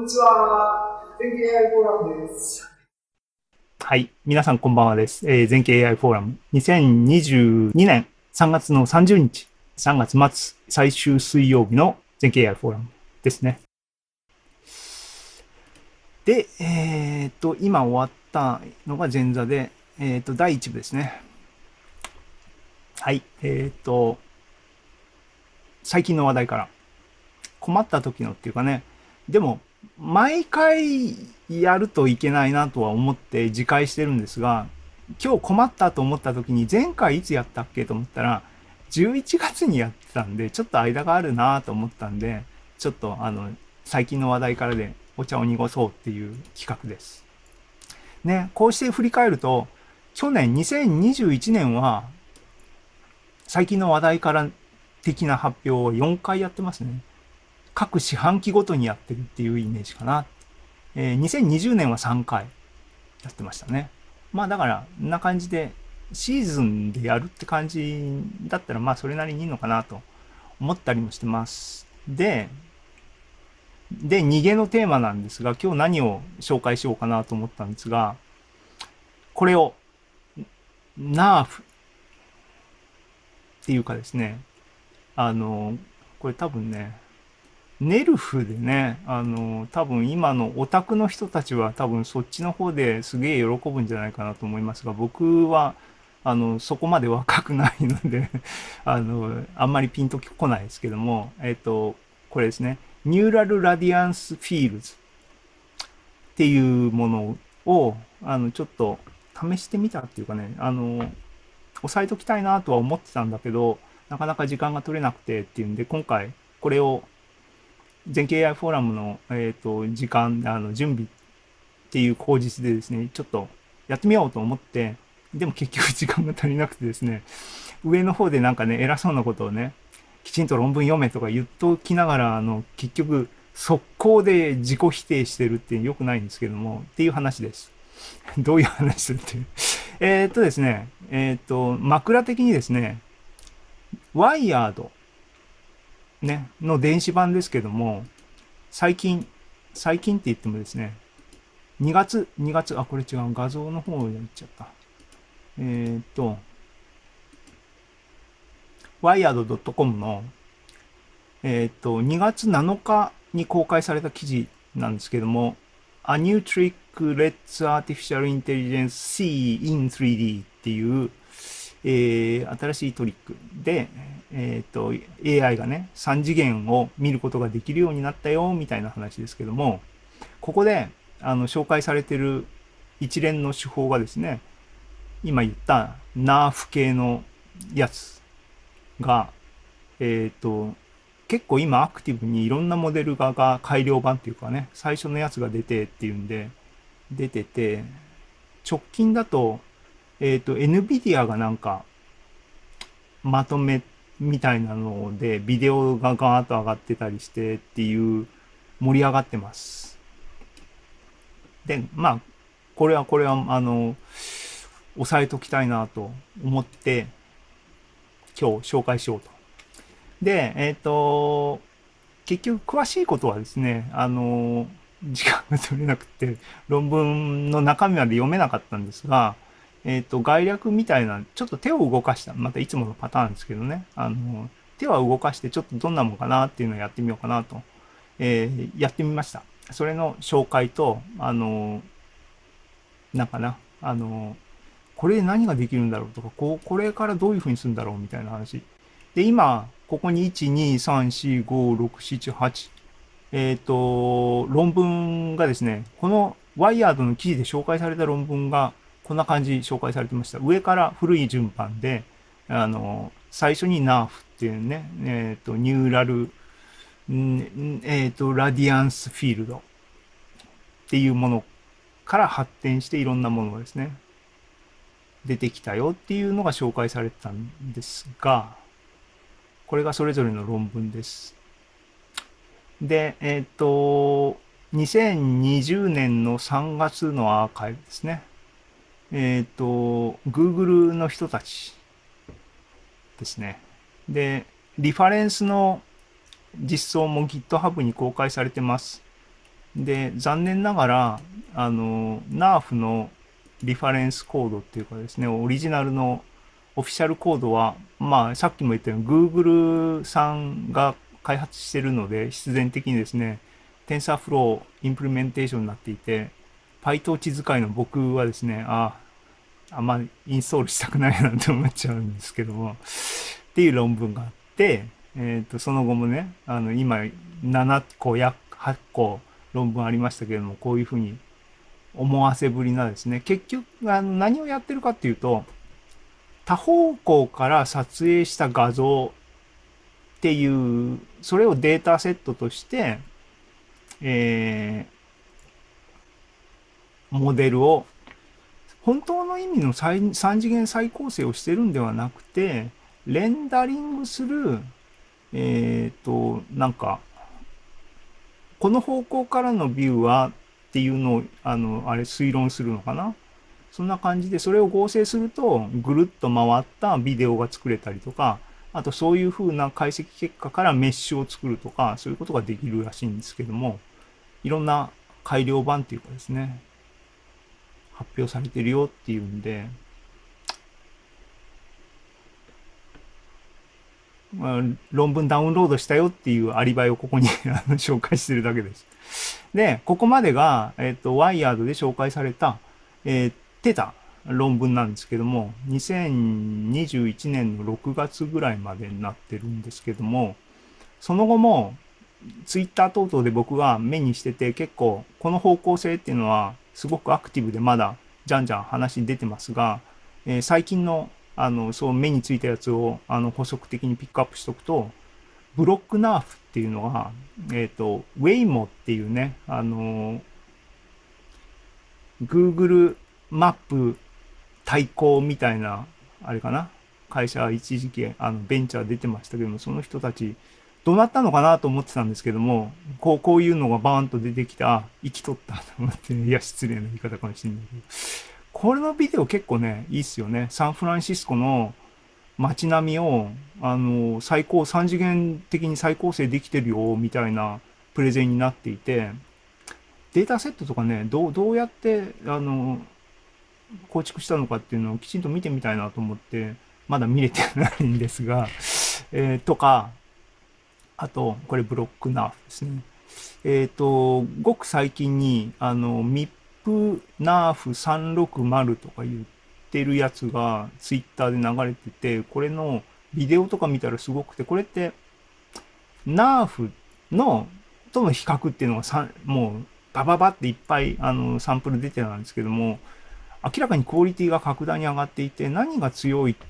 にちは。全経 AI フォーラムです。 はい。皆さんこんばんはです。全経 AI フォーラム。2022年3月の30日、3月末、最終水曜日の全経 AI フォーラムですね。で、今終わったのが前座で、第1部ですね。はい。最近の話題から。困った時のっていうかね、でも、毎回やるといけないなとは思って自戒してるんですが、今日困ったと思った時に前回いつやったっけと思ったら、11月にやってたんで、ちょっと間があるなと思ったんで、ちょっと最近の話題からでお茶を濁そうっていう企画です。ね、こうして振り返ると、去年2021年は最近の話題から的な発表を4回やってますね。各四半期ごとにやってるっていうイメージかな。2020年は3回やってましたね。まあだから、こんな感じで、シーズンでやるって感じだったら、まあそれなりにいいのかなと思ったりもしてます。で、逃げのテーマなんですが、今日何を紹介しようかなと思ったんですが、これを、ナーフっていうかですね、これ多分ね、ネルフでね、多分今のオタクの人たちは多分そっちの方ですげえ喜ぶんじゃないかなと思いますが、僕は、そこまで若くないのであんまりピンとこないですけども、これですね、ニューラルラディアンスフィールズっていうものを、ちょっと試してみたっていうかね、押さえときたいなとは思ってたんだけど、なかなか時間が取れなくてっていうんで、今回これを全経 AI フォーラムの、時間、準備っていう口実でですね、ちょっとやってみようと思って、でも結局時間が足りなくてですね、上の方でなんかね、偉そうなことをね、きちんと論文読めとか言っときながら、結局、速攻で自己否定してるって良くないんですけども、っていう話です。どういう話するっていう。ですね、枕的にですね、ワイヤード、ね、の電子版ですけども、最近、最近って言ってもですね、2月、あ、これ違う、画像の方に行っちゃった。えっ、と、wired.com の、2月7日に公開された記事なんですけども、A new trick lets artificial intelligence see in 3D っていう、新しいトリックで、AI がね、3次元を見ることができるようになったよ、みたいな話ですけども、ここで、紹介されている一連の手法がですね、今言ったナーフ系のやつが、結構今アクティブにいろんなモデルが改良版っていうかね、最初のやつが出てっていうんで、出てて、直近だと、NVIDIA がなんか、まとめみたいなので、ビデオがガーッと上がってたりしてっていう、盛り上がってます。で、まあ、これは、押さえときたいなと思って、今日紹介しようと。で、結局詳しいことはですね、時間が取れなくて、論文の中身まで読めなかったんですが、概略みたいな、ちょっと手を動かした、またいつものパターンですけどね、手は動かしてちょっとどんなもんかなっていうのをやってみようかなと、やってみました。それの紹介と、なんかな、これで何ができるんだろうとか、これからどういうふうにするんだろうみたいな話。で、今、ここに1、2、3、4、5、6、7、8、論文がですね、このワイヤードの記事で紹介された論文が、こんな感じ紹介されてました。上から古い順番で、最初に NARF っていうね、ニューラル、ラディアンスフィールドっていうものから発展していろんなものがですね、出てきたよっていうのが紹介されてたんですが、これがそれぞれの論文です。で、2020年の3月のアーカイブですね。Google の人たちですね。で、リファレンスの実装も GitHub に公開されてます。 で、残念ながら、NARF のリファレンスコードっていうかですね、オリジナルのオフィシャルコードは、まあ、さっきも言ったように Google さんが開発してるので、必然的にですね、TensorFlow インプリメンテーションになっていて、PyTorch 使いの僕はですね、あんまりインストールしたくないなって思っちゃうんですけども、っていう論文があって、その後もね、今、7個や8個論文ありましたけれども、こういうふうに思わせぶりなですね、結局、何をやってるかっていうと、多方向から撮影した画像っていう、それをデータセットとして、えモデルを本当の意味の3次元再構成をしてるんではなくて、レンダリングする、なんか、この方向からのビューはっていうのを、あれ推論するのかな。そんな感じで、それを合成すると、ぐるっと回ったビデオが作れたりとか、あとそういう風な解析結果からメッシュを作るとか、そういうことができるらしいんですけども、いろんな改良版っていうかですね、発表されてるよっていうんで、まあ、論文ダウンロードしたよっていうアリバイをここに紹介してるだけです。で、ここまでが、ワイヤードで紹介された、出た論文なんですけども、2021年の6月ぐらいまでになってるんですけども、その後も、ツイッター等々で僕が目にしてて、結構、この方向性っていうのは、すごくアクティブでまだ、じゃんじゃん話に出てますが、最近の、そう目についたやつを、補足的にピックアップしとくと、ブロックナーフっていうのが、ウェイモっていうね、Google マップ対抗みたいな、あれかな、会社一時期、ベンチャー出てましたけども、その人たち、どうなったのかなと思ってたんですけども、こういうのがバーンと出てきた、生きとったと思って、いや、失礼な言い方かもしれないけど、これのビデオ結構ね、いいっすよね。サンフランシスコの街並みを、3次元的に再構成できてるよ、みたいなプレゼンになっていて、データセットとかね、どうやって、構築したのかっていうのをきちんと見てみたいなと思って、まだ見れてないんですが、とか、あと、これブロックナーフですね。ごく最近に、ミップナーフ360とか言ってるやつがツイッターで流れてて、これのビデオとか見たらすごくて、これってナーフのとの比較っていうのがもうバババっていっぱいサンプル出てたんですけども、明らかにクオリティが格段に上がっていて、何が強いって、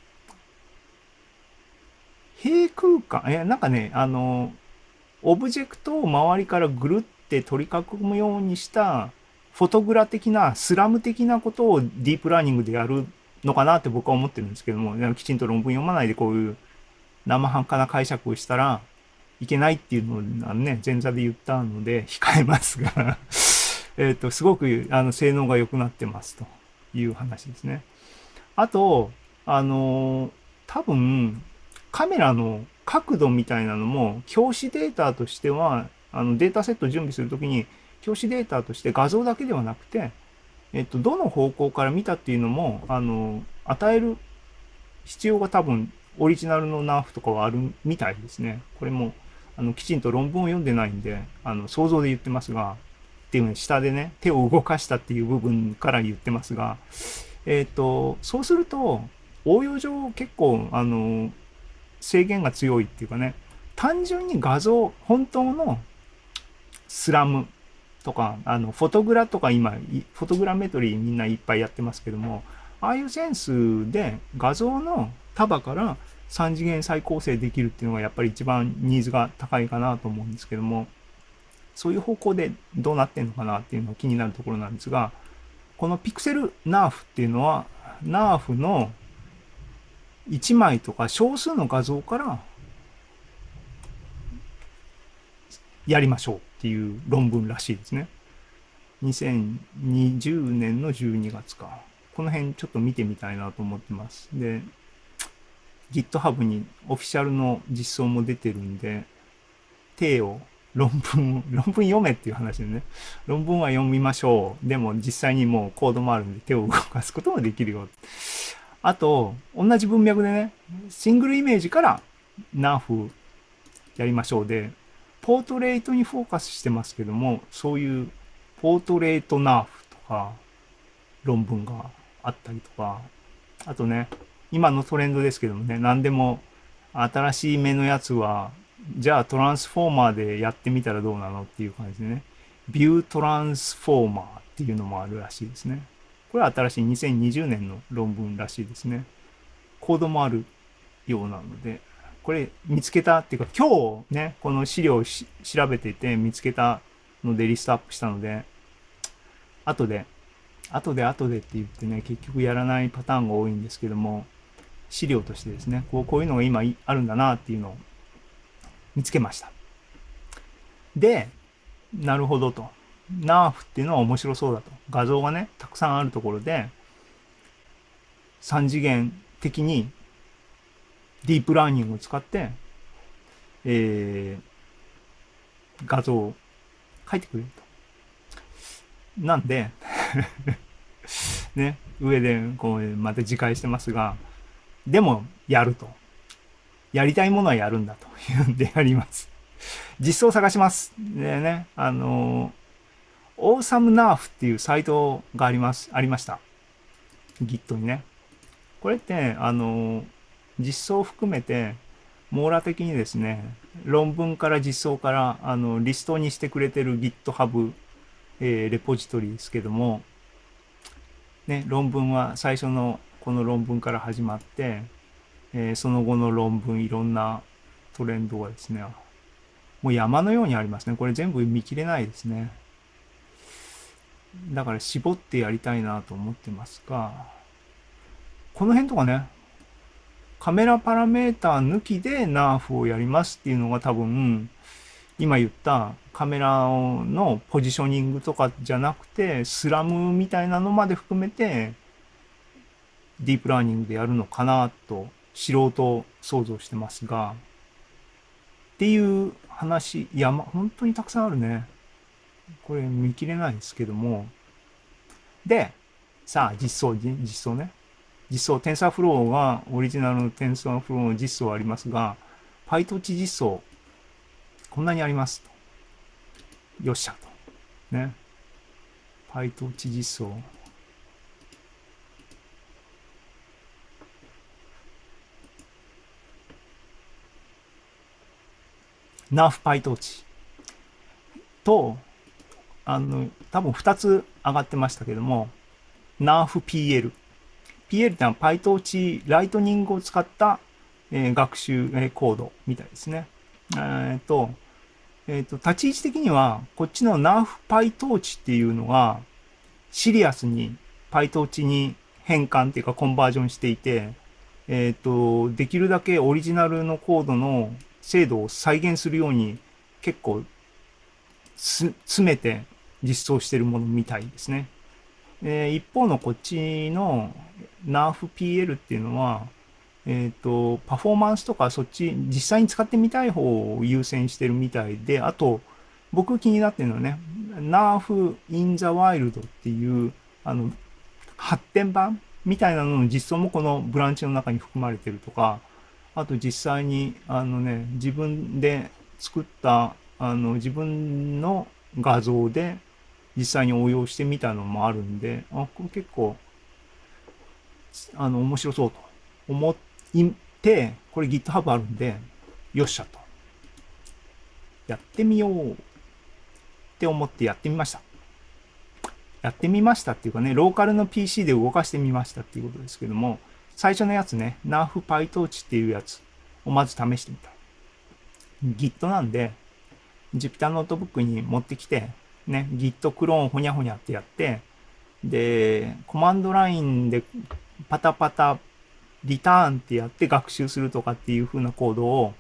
平空間、なんかね、オブジェクトを周りからぐるって取り囲むようにしたフォトグラ的なスラム的なことをディープラーニングでやるのかなって僕は思ってるんですけども、きちんと論文読まないでこういう生半可な解釈をしたらいけないっていうのをね、前座で言ったので控えますがすごく性能が良くなってますという話ですね。あと、多分、カメラの角度みたいなのも、教師データとしては、データセットを準備するときに、教師データとして画像だけではなくて、どの方向から見たっていうのも、与える必要が多分、オリジナルのナーフとかはあるみたいですね。これも、きちんと論文を読んでないんで、想像で言ってますが、っていうね、下でね、手を動かしたっていう部分から言ってますが、そうすると、応用上結構、制限が強いっていうかね、単純に画像、本当のスラムとか、フォトグラとか今、フォトグラメトリーみんないっぱいやってますけども、ああいうセンスで画像の束から3次元再構成できるっていうのがやっぱり一番ニーズが高いかなと思うんですけども、そういう方向でどうなってんのかなっていうのが気になるところなんですが、このピクセルナーフっていうのは、ナーフの1枚とか少数の画像からやりましょうっていう論文らしいですね。2020年の12月か。この辺ちょっと見てみたいなと思ってます。で、GitHub にオフィシャルの実装も出てるんで、手を論文読めっていう話でね。論文は読みましょう。でも実際にもうコードもあるんで手を動かすこともできるよ。あと、同じ文脈でね、シングルイメージからナーフやりましょうで、ポートレートにフォーカスしてますけども、そういうポートレートナーフとか論文があったりとか、あとね、今のトレンドですけどもね、何でも新しい目のやつは、じゃあトランスフォーマーでやってみたらどうなのっていう感じでね、ビュートランスフォーマーっていうのもあるらしいですね。これは新しい2020年の論文らしいですね。コードもあるようなので、これ見つけたっていうか、今日ね、この資料を調べていて見つけたのでリストアップしたので、後で後でって言ってね、結局やらないパターンが多いんですけども、資料としてですね、こういうのが今あるんだなっていうのを見つけました。で、なるほどと。ナーフっていうのは面白そうだと。画像がね、たくさんあるところで、3次元的にディープラーニングを使って、画像を描いてくれると。なんで、ね、上でこうまた自戒してますが、でもやると。やりたいものはやるんだというんでやります。実装を探します。でね、オーサムナーフっていうサイトがありました。Git にね。これって、実装を含めて、網羅的にですね、論文から実装から、リストにしてくれてる GitHub、レポジトリですけども、ね、論文は最初のこの論文から始まって、その後の論文、いろんなトレンドがですね、もう山のようにありますね。これ全部見切れないですね。だから絞ってやりたいなと思ってますが、この辺とかね、カメラパラメータ抜きでナーフをやりますっていうのが多分、今言ったカメラのポジショニングとかじゃなくて、スラムみたいなのまで含めて、ディープラーニングでやるのかなと素人想像してますが、っていう話、本当にたくさんあるね。これ見切れないですけども。で、さあ、実装ね。実装、TensorFlow が、オリジナルの TensorFlow の実装ありますが、PyTorch 実装、こんなにありますと。よっしゃと。ね。PyTorch 実装。NARF PyTorch と、多分2つ上がってましたけども、NARFPL。PL ってのは PyTorch ライトニングを使った、学習、コードみたいですね。立ち位置的には、こっちの NARFPyTorch っていうのが、シリアスに PyTorch に変換っていうかコンバージョンしていて、できるだけオリジナルのコードの精度を再現するように結構詰めて実装してるものみたいですね。一方のこっちの NARFPL っていうのは、パフォーマンスとかそっち実際に使ってみたい方を優先してるみたいで、あと僕気になってるのはね、NARF in the wild っていう、発展版みたいなのの実装もこのブランチの中に含まれてるとか、あと実際に自分で作った自分の画像で実際に応用してみたのもあるんで、これ結構面白そうと思って、これ GitHub あるんで、よっしゃとやってみようって思ってやってみました。やってみましたっていうかね、ローカルの PC で動かしてみましたっていうことですけども、最初のやつね、NARF PyTorch っていうやつをまず試してみた。Git なんで、Jupyter ノートブックに持ってきて、ね、Git クローンほにゃほにゃってやって、で、コマンドラインでパタパタリターンってやって学習するとかっていう風なコードを、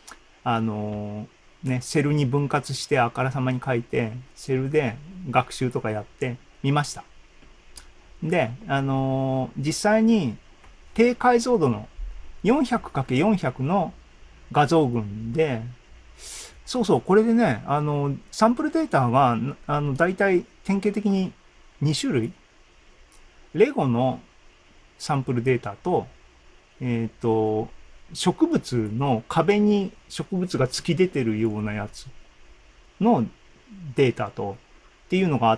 セルに分割してあからさまに書いて、セルで学習とかやってみました。で、実際に低解像度の 400×400 の画像群で、 そうそう、これでね、サンプルデータが、大体典型的に2種類。レゴのサンプルデータと、えっ、と、植物の壁に植物が突き出てるようなやつのデータと、っていうのがあって、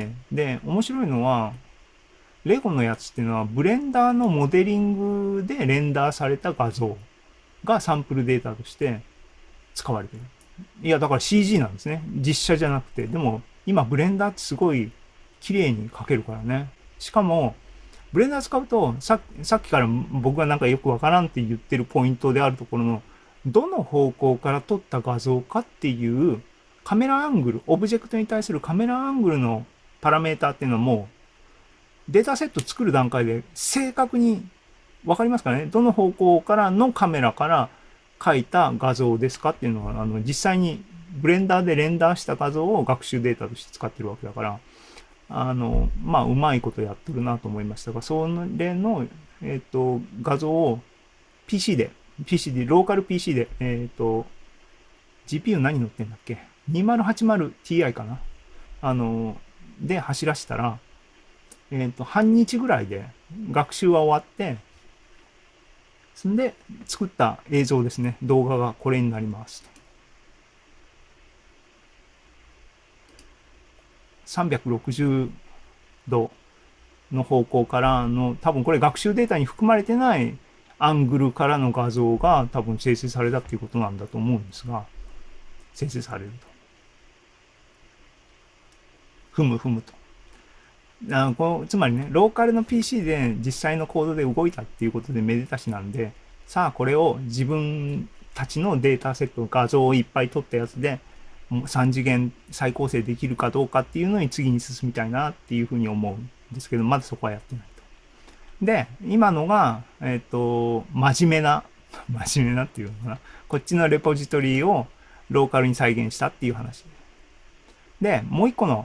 で、面白いのは、レゴのやつっていうのは、ブレンダーのモデリングでレンダーされた画像がサンプルデータとして使われてる。いや、だから CG なんですね。実写じゃなくて。でも、今、ブレンダーってすごい綺麗に描けるからね。しかも、ブレンダー使うと、さっきから僕がなんかよくわからんって言ってるポイントであるところの、どの方向から撮った画像かっていうカメラアングル、オブジェクトに対するカメラアングルのパラメータっていうのはもうデータセット作る段階で正確にわかりますかね、どの方向からのカメラから描いた画像ですかっていうのは、実際にブレンダーでレンダーした画像を学習データとして使ってるわけだから、まあ、うまいことやってるなと思いましたが、それの、画像を PC で、ローカル PC で、GPU 何乗ってんだっけ？ 2080Ti かな、で走らせたら、半日ぐらいで学習は終わって、そんで作った映像ですね。動画がこれになります。360度の方向からの、多分これ学習データに含まれてないアングルからの画像が多分生成されたっていうことなんだと思うんですが、生成されると。ふむふむと。つまりね、ローカルの PC で実際のコードで動いたっていうことでめでたしなんで、さあこれを自分たちのデータセット、画像をいっぱい取ったやつで、3次元再構成できるかどうかっていうのに次に進みたいなっていうふうに思うんですけど、まだそこはやってないと。で、今のが、真面目な、真面目なっていうのかな。こっちのレポジトリをローカルに再現したっていう話。で、もう一個の、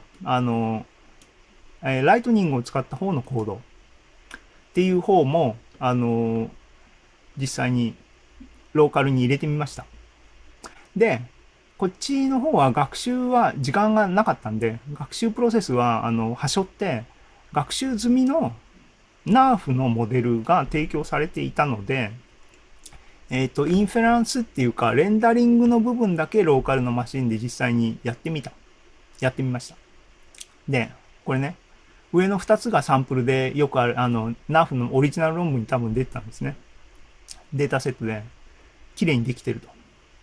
ライトニングを使った方のコードっていう方も、実際にローカルに入れてみました。で、こっちの方は学習は時間がなかったんで、学習プロセスは、端折って、学習済みの NARF のモデルが提供されていたので、インフェランスっていうか、レンダリングの部分だけローカルのマシンで実際にやってみました。で、これね、上の2つがサンプルでよくある、NARF のオリジナル論文に多分出てたんですね。データセットで、綺麗にできてると。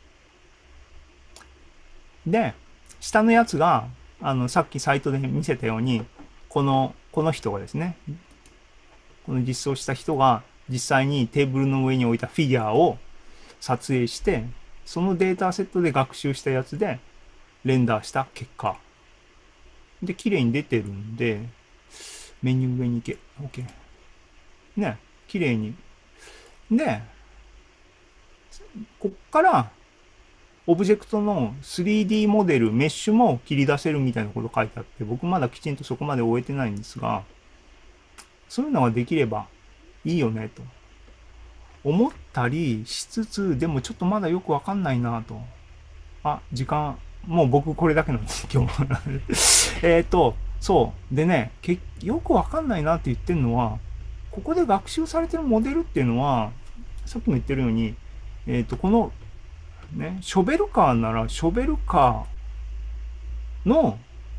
で、下のやつが、さっきサイトで見せたように、この人がですね、この実装した人が実際にテーブルの上に置いたフィギュアを撮影して、そのデータセットで学習したやつでレンダーした結果。で、綺麗に出てるんで、メニュー上に行け。OK。ね、綺麗に。で、こっから、オブジェクトの 3D モデル、メッシュも切り出せるみたいなこと書いてあって、僕まだきちんとそこまで終えてないんですが、そういうのができればいいよね、と思ったりしつつ、でもちょっとまだよくわかんないなと。あ、時間、もう僕これだけなんです、今日。そう。でね、よくわかんないなって言ってるのは、ここで学習されてるモデルっていうのは、さっきも言ってるように、この、ね、ショベルカーなら、ショベルカーの、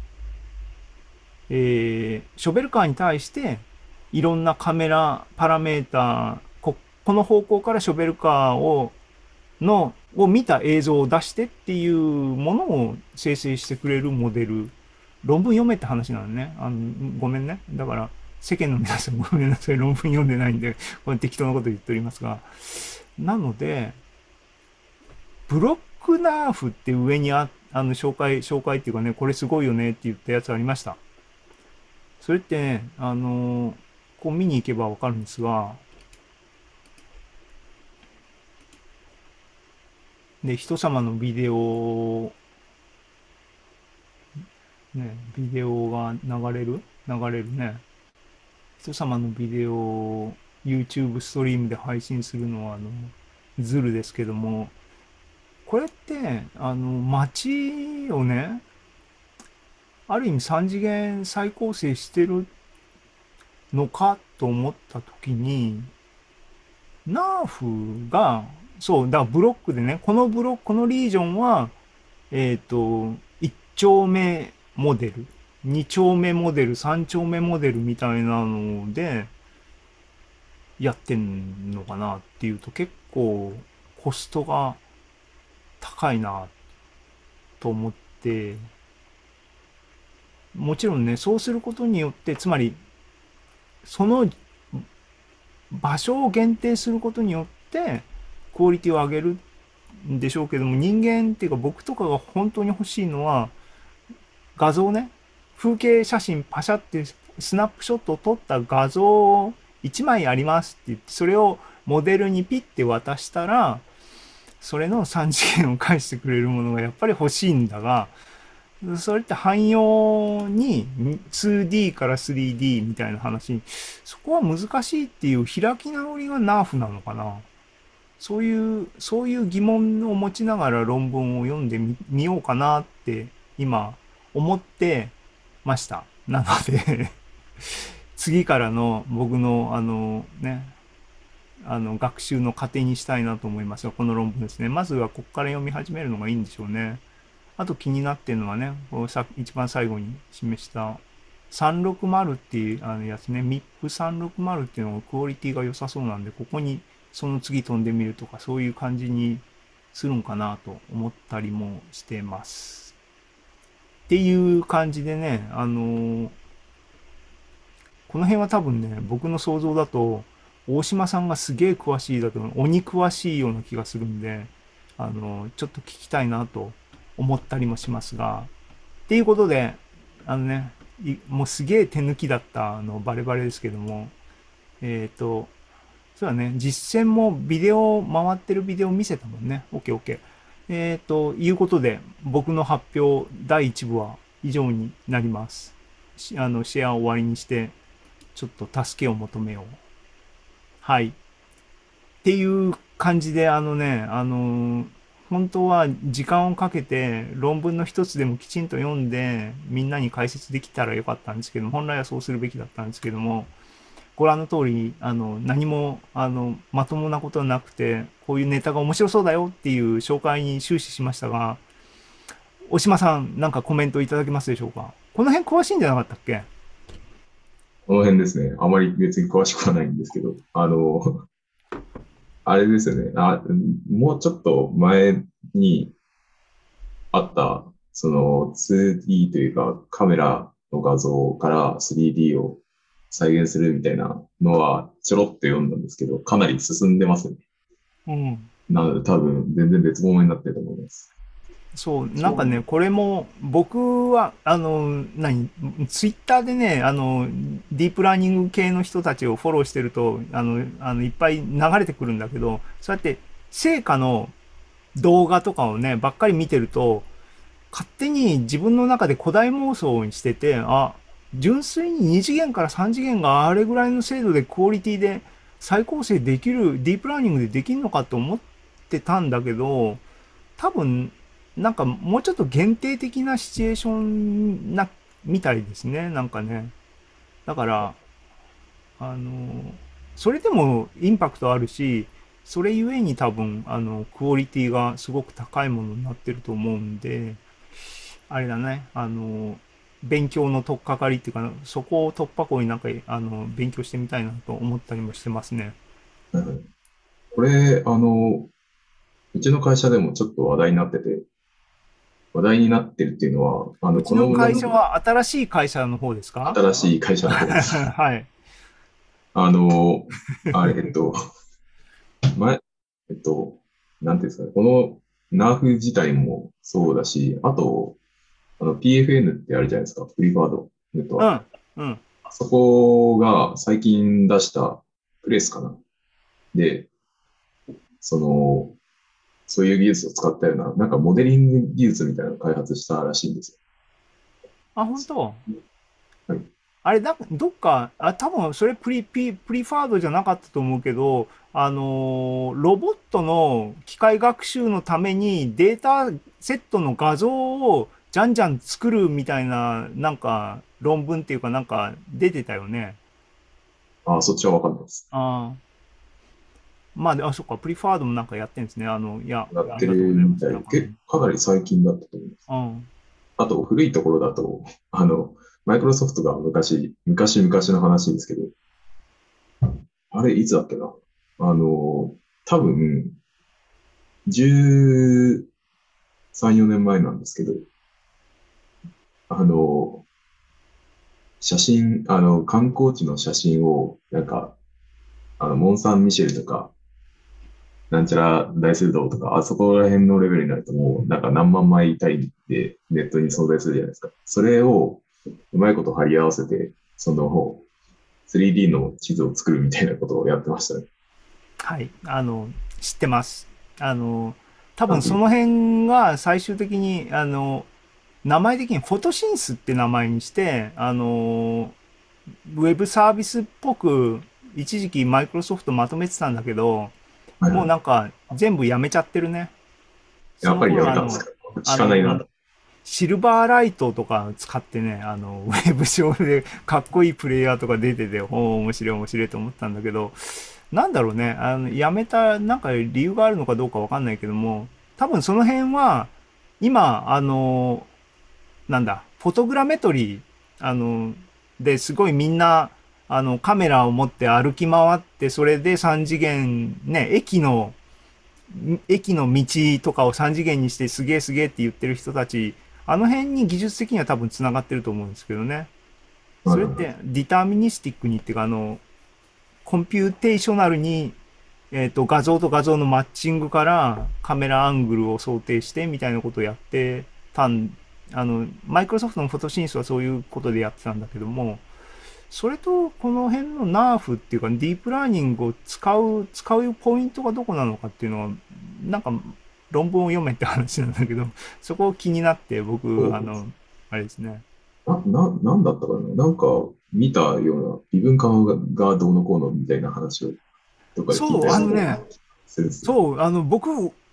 ショベルカーに対して、いろんなカメラパラメータこの方向からショベルカーを見た映像を出してっていうものを生成してくれるモデル。論文読めって話なのね。ごめんね。だから、世間の皆さんごめんなさい。論文読んでないんで、これ適当なこと言っておりますが。なので、ブロックナーフって上に紹介っていうかね、これすごいよねって言ったやつありました。それってね、こう見に行けばわかるんですが、で、人様のビデオ、ね、ビデオが流れるね。人様のビデオを YouTube ストリームで配信するのは、ズルですけども、 これって、街をね、ある意味三次元再構成してるのかと思った時に、ナーフが、そう、だからブロックでね、このリージョンは、1丁目モデル、2丁目モデル、3丁目モデルみたいなので、やってんのかなっていうと結構コストが高いなと思って、もちろんね、そうすることによって、つまり、その場所を限定することによって、クオリティを上げるんでしょうけども、人間っていうか僕とかが本当に欲しいのは、画像ね、風景写真パシャってスナップショットを撮った画像1枚ありますって言って、それをモデルにピッて渡したら、それの3次元を返してくれるものがやっぱり欲しいんだが、それって汎用に 2D から 3D みたいな話、そこは難しいっていう開き直りがナーフなのかな。そういう疑問を持ちながら論文を読んでみようかなって今思ってました。なので次からの僕の学習の糧にしたいなと思いますが、この論文ですね。まずはここから読み始めるのがいいんでしょうね。あと気になってるのはね、こうさ一番最後に示した360っていうやつね、MIP360 っていうのがクオリティが良さそうなんで、ここにその次飛んでみるとか、そういう感じにするんかなと思ったりもしてます。っていう感じでね、この辺は多分ね、僕の想像だと、大島さんがすげえ詳しいだと、鬼詳しいような気がするんで、ちょっと聞きたいなと思ったりもしますが、っていうことで、ね、もうすげえ手抜きだったバレバレですけども、そうだね、実践もビデオ、回ってるビデオ見せたもんね。OK、OK。いうことで、僕の発表第1部は以上になります。シェアを終わりにして、ちょっと助けを求めよう。はい。っていう感じで、本当は時間をかけて論文の一つでもきちんと読んでみんなに解説できたらよかったんですけども、本来はそうするべきだったんですけども、ご覧の通り、何も、まともなことはなくて、こういうネタが面白そうだよっていう紹介に終始しましたが、大島さん、なんかコメントいただけますでしょうか？この辺詳しいんじゃなかったっけ？ この辺ですね。あまり別に詳しくはないんですけど、あれですよね。もうちょっと前にあった、その 2D というかカメラの画像から 3D を再現するみたいなのはちょろっと読んだんですけど、かなり進んでますね。 うん。 なので多分全然別物になってると思います。 そう、なんかね、 そうね。 これも、僕は、ツイッターでね、ディープラーニング系の人たちをフォローしてると、いっぱい流れてくるんだけど、そうやって、成果の動画とかをね、ばっかり見てると、勝手に自分の中で古代妄想にしてて、純粋に2次元から3次元があれぐらいの精度でクオリティで再構成できる、ディープラーニングでできるのかと思ってたんだけど、多分、なんかもうちょっと限定的なシチュエーションな、みたいですね。なんかね。だから、あの、それでもインパクトあるし、それゆえに多分、クオリティがすごく高いものになってると思うんで、あれだね、勉強の取っかかりっていうか、そこを突破口になんか、勉強してみたいなと思ったりもしてますね。 うん。これ、うちの会社でもちょっと話題になってて、話題になってるっていうのは、 うちの会社は新しい会社の方ですか？ 新しい会社の方です。 はい。 あの、あれ、前、なんていうんですかね、このナーフ自体もそうだし、あと、PFN ってあるじゃないですか、プリファードネットワーク。 うん、うん。 あそこが最近出したプレスかな。で、その、そういう技術を使ったような、なんかモデリング技術みたいなのを開発したらしいんですあ、本当？ よ。はい。 あれ、どっか、多分それプリファードじゃなかったと思うけど、ロボットの機械学習のためにデータセットの画像をじゃんじゃん作るみたいな、なんか論文っていうかなんか出てたよね。 ああ、そっちはわかんないです。 ああ。まあ、そっか、プリファードもなんかやってんですね。いや、 やってありがとうございます。 るみたい。 なんかね。 かなり最近だったと思います。 うん。 あと、古いところだと、マイクロソフトが昔々の話ですけど、あれ、いつだっけな。多分、13、4年前なんですけど、あの、観光地の写真を、なんか、モン・サン・ミシェルとか、なんちゃら大聖堂とか、あそこら辺のレベルになるともう、なんか何万枚単位でネットに存在するじゃないですか。それをうまいこと貼り合わせて、3D の地図を作るみたいなことをやってましたね。 はい。知ってます。あの、多あ、 分その辺が最終的に、名前的にフォトシンスって名前にして、ウェブサービスっぽく、一時期マイクロソフトまとめてたんだけど、 はいはい。 もうなんか全部やめちゃってるね。そのやっぱりや頃めたんですか？聞あの、 かないな。 シルバーライトとか使ってね、ウェブ上でかっこいいプレイヤーとか出てて、面白い面白いと思ったんだけど、なんだろうね、やめた、なんか理由があるのかどうかわかんないけども、多分その辺は、今、なんだ、フォトグラメトリー、ですごいみんな、カメラを持って歩き回って、それで3次元、ね、駅の道とかを3次元にしてすげえすげえって言ってる人たち、あの辺に技術的には多分繋がってると思うんですけどね。それってはいはいはい。 ディターミニスティックにっていうか、コンピューテーショナルに、画像と画像のマッチングからカメラアングルを想定してみたいなことをやってたん、マイクロソフトのフォトシンスはそういうことでやってたんだけども、それとこの辺のナーフっていうかディープラーニングを使うポイントがどこなのかっていうのは、なんか論文を読めって話なんだけど、そこを気になって僕、 そうです。 あれですね。 なんだったかな、なんか見たような、微分化がどうのこうのみたいな話をどっかで聞いそう、 たような気がするんですよ。 そう、僕、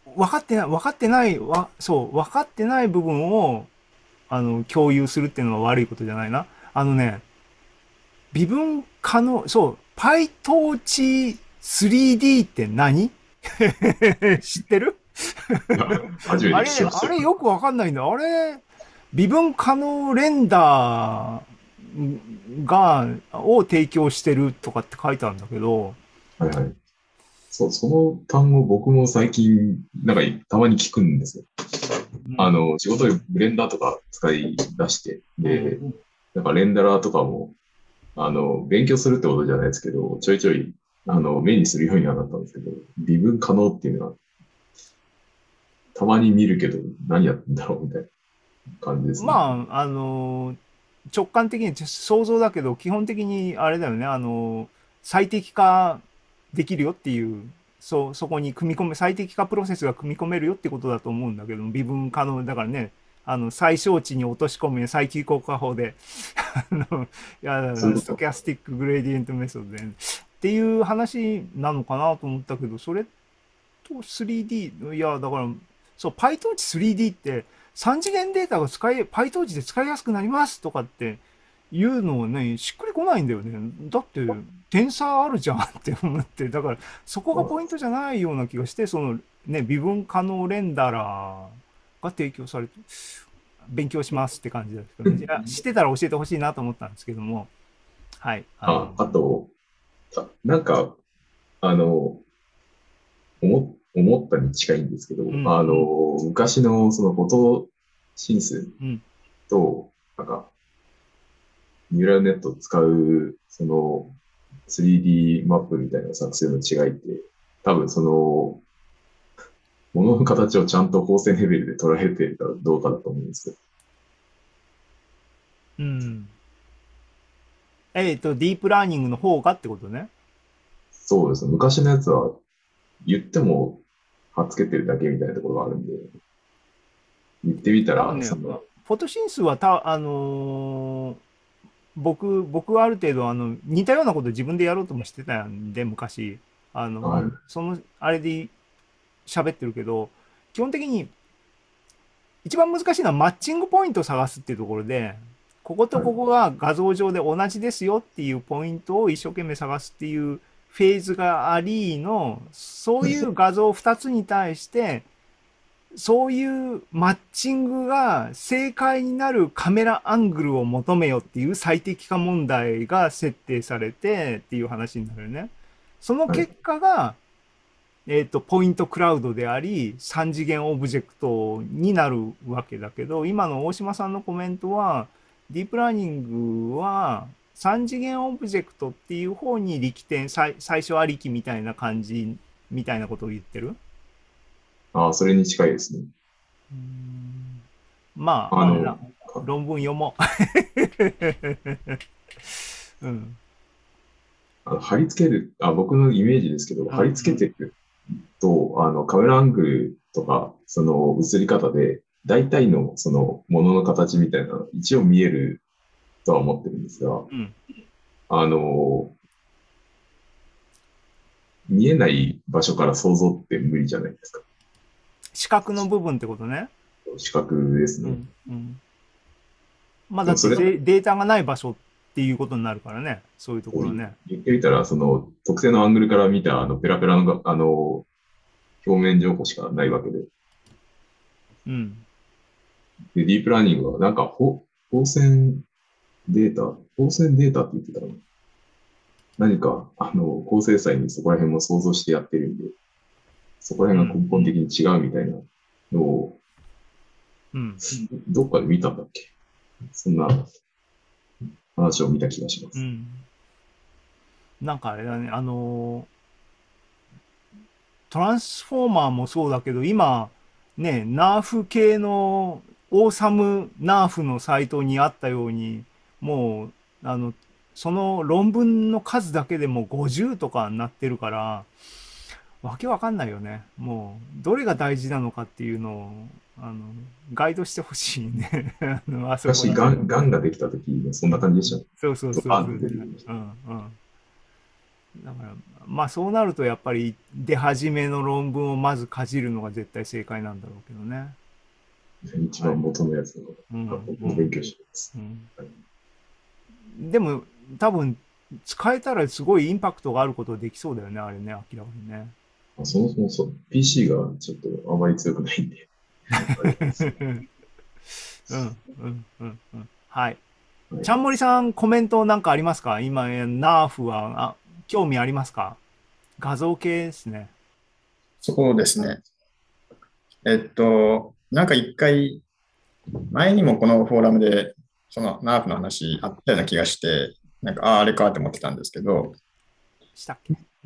分かってない部分を、共有するっていうのは悪いことじゃないな。微分可能、そう、PyTorch 3D って何知ってる？ いや、初めて聞きましたよ。 あれよくわかんないんだ。あれ、微分可能レンダーを提供してるとかって書いてあるんだけど、 はいはい。その単語僕も最近、なんかたまに聞くんですよ。 うん、 仕事でブレンダーとか使い出して、 うん、 で、なんかレンダラーとかも、勉強するってことじゃないですけど、ちょいちょい、目にするようにはなったんですけど、微分可能っていうのは、たまに見るけど、何やってんだろうみたいな感じですね。 まあ、直感的に想像だけど、基本的にあれだよね、最適化できるよっていう、そこに最適化プロセスが組み込めるよってことだと思うんだけど、微分可能だからね、最小値に落とし込む最適効果法で、いや、 そういうこと。 ストキャスティックグレーディエントメソッドで、っていう話なのかなと思ったけど、それと 3D、いや、だから、そう、PyTorch 3D って3次元データがPyTorch で使いやすくなりますとかっていうのをね、しっくりこないんだよね。だって、テンサーあるじゃんって思って、だから、そこがポイントじゃないような気がして、微分可能レンダラーが提供されて、勉強しますって感じですけどね。いや、知ってたら教えてほしいなと思ったんですけども、はい、 あと、なんか、あの、思ったに近いんですけど、 うん、うん、 昔のそのフォトシンスうん。 と、なんか、ニューラルネットを使う、3D マップみたいな作成の違いって、多分物の形をちゃんと高線レベルで捉えているかどうかだと思うんですけど、 うん。ディープラーニングの方がってことね。 そうですね。昔のやつは言っても、貼っつけてるだけみたいなところがあるんで、言ってみたら、 多分ね、フォトシンスは僕はある程度似たようなこと自分でやろうともしてたんで、昔。 はい。 あれで喋ってるけど、基本的に一番難しいのはマッチングポイントを探すっていうところで、こことはい。 ここが画像上で同じですよっていうポイントを一生懸命探すっていうフェーズがありの、そういう画像2つに対して、そういうマッチングが正解になるカメラアングルを求めよっていう最適化問題が設定されてっていう話になるよね。そのはい。 結果が、ポイントクラウドであり、3次元オブジェクトになるわけだけど、今の大島さんのコメントは、ディープラーニングは3次元オブジェクトっていう方に力点、最初ありきみたいな感じ、みたいなことを言ってる。 ああ、それに近いですね。 まあ、あれだ。 あの、 論文読もう。うん。 貼り付ける、僕のイメージですけど、 うん。 貼り付けうん。 ていくと、カメラアングルとか、その映り方で、大体のそのものの形みたいなの一応見えるとは思ってるんですが、 うん。 あの、見えない場所から想像って無理じゃないですか。 視覚の部分ってことね。 視覚ですね。 うん。うん。まあ、だってでもそれ、 データがない場所っていうことになるからね。そういうところはね。 言ってみたら、その特定のアングルから見たペラペラのが、表面情報しかないわけで、 うん。 で、ディープラーニングはなんか、光線データって言ってたの。何か、高精細にそこら辺も想像してやってるんで、そこらうん。 辺が根本的に違うみたいなのを、 うん。 どっかで見たんだっけ。そんな話を見た気がします。 うん。なんかあれだね。トランスフォーマーもそうだけど、今、ね、ナーフ系の、オーサムナーフのサイトにあったように、もう、その論文の数だけでも50とかになってるから、わけわかんないよね。もう、どれが大事なのかっていうのを、あの、ガイドしてほしいね。あそこ昔、 ら辺。 がんができた時もそんな感じでしたね。 そうそうドバーンそうそう。 って出てきましうん、うん。だから、まあそうなるとやっぱり出始めの論文をまずかじるのが絶対正解なんだろうけどね。 た。一はい。 番元のやつの、 うん、 僕うん、 も勉強してます。 うん。 はい。 でも多分使えたらすごいインパクトがあることできそうだよね、あれね、明らかにね。 そもそもそう、PC がちょっとあまり強くないんで、あれなんですけうん、うん、うん、うん。はい。 ど。はい。 ちゃんもりさん、コメントなんかありますか？今、ナーフは、興味ありますか？画像系ですね。 そうですね。なんか一回、前にもこのフォーラムで、そのナーフの話あったような気がして、なんか、ああ、あれかと思ってたんですけど、 したっけ？うん。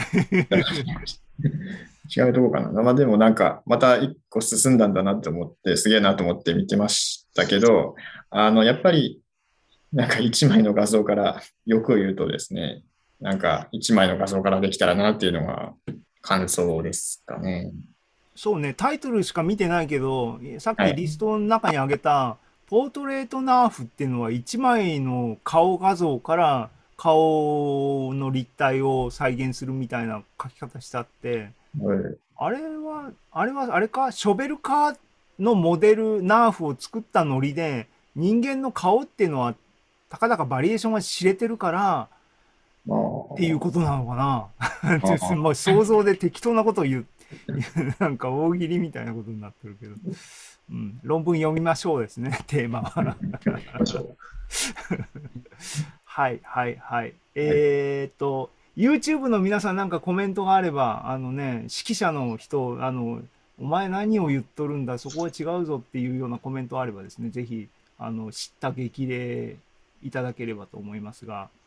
違うとこかな。まあでもなんか、また一個進んだんだなと思って、すげえなと思って見てましたけど、やっぱり、なんか一枚の画像から、よく言うとですね、なんか一枚の画像からできたらなっていうのが感想ですかね。 そうね、タイトルしか見てないけど、さっはい。 きリストの中に挙げた、ポートレートナーフっていうのは1枚の顔画像から顔の立体を再現するみたいな書き方してあって、あれか、ショベルカーのモデルナーフを作ったノリで、人間の顔っていうのは、たかだかバリエーションが知れてるから、 まっていうことなのかな。 あ、ああ、 もう想像で適当なことを言う。なんか大喜利みたいなことになってるけど。うん、論文読みましょうですね、テーマは。 ましょはい、はい、はい。 はい。 YouTube の皆さんなんかコメントがあれば、指揮者の人、お前何を言っとるんだ、そこは違うぞっていうようなコメントあればですね、ぜひ、知った激励いただければと思いますが、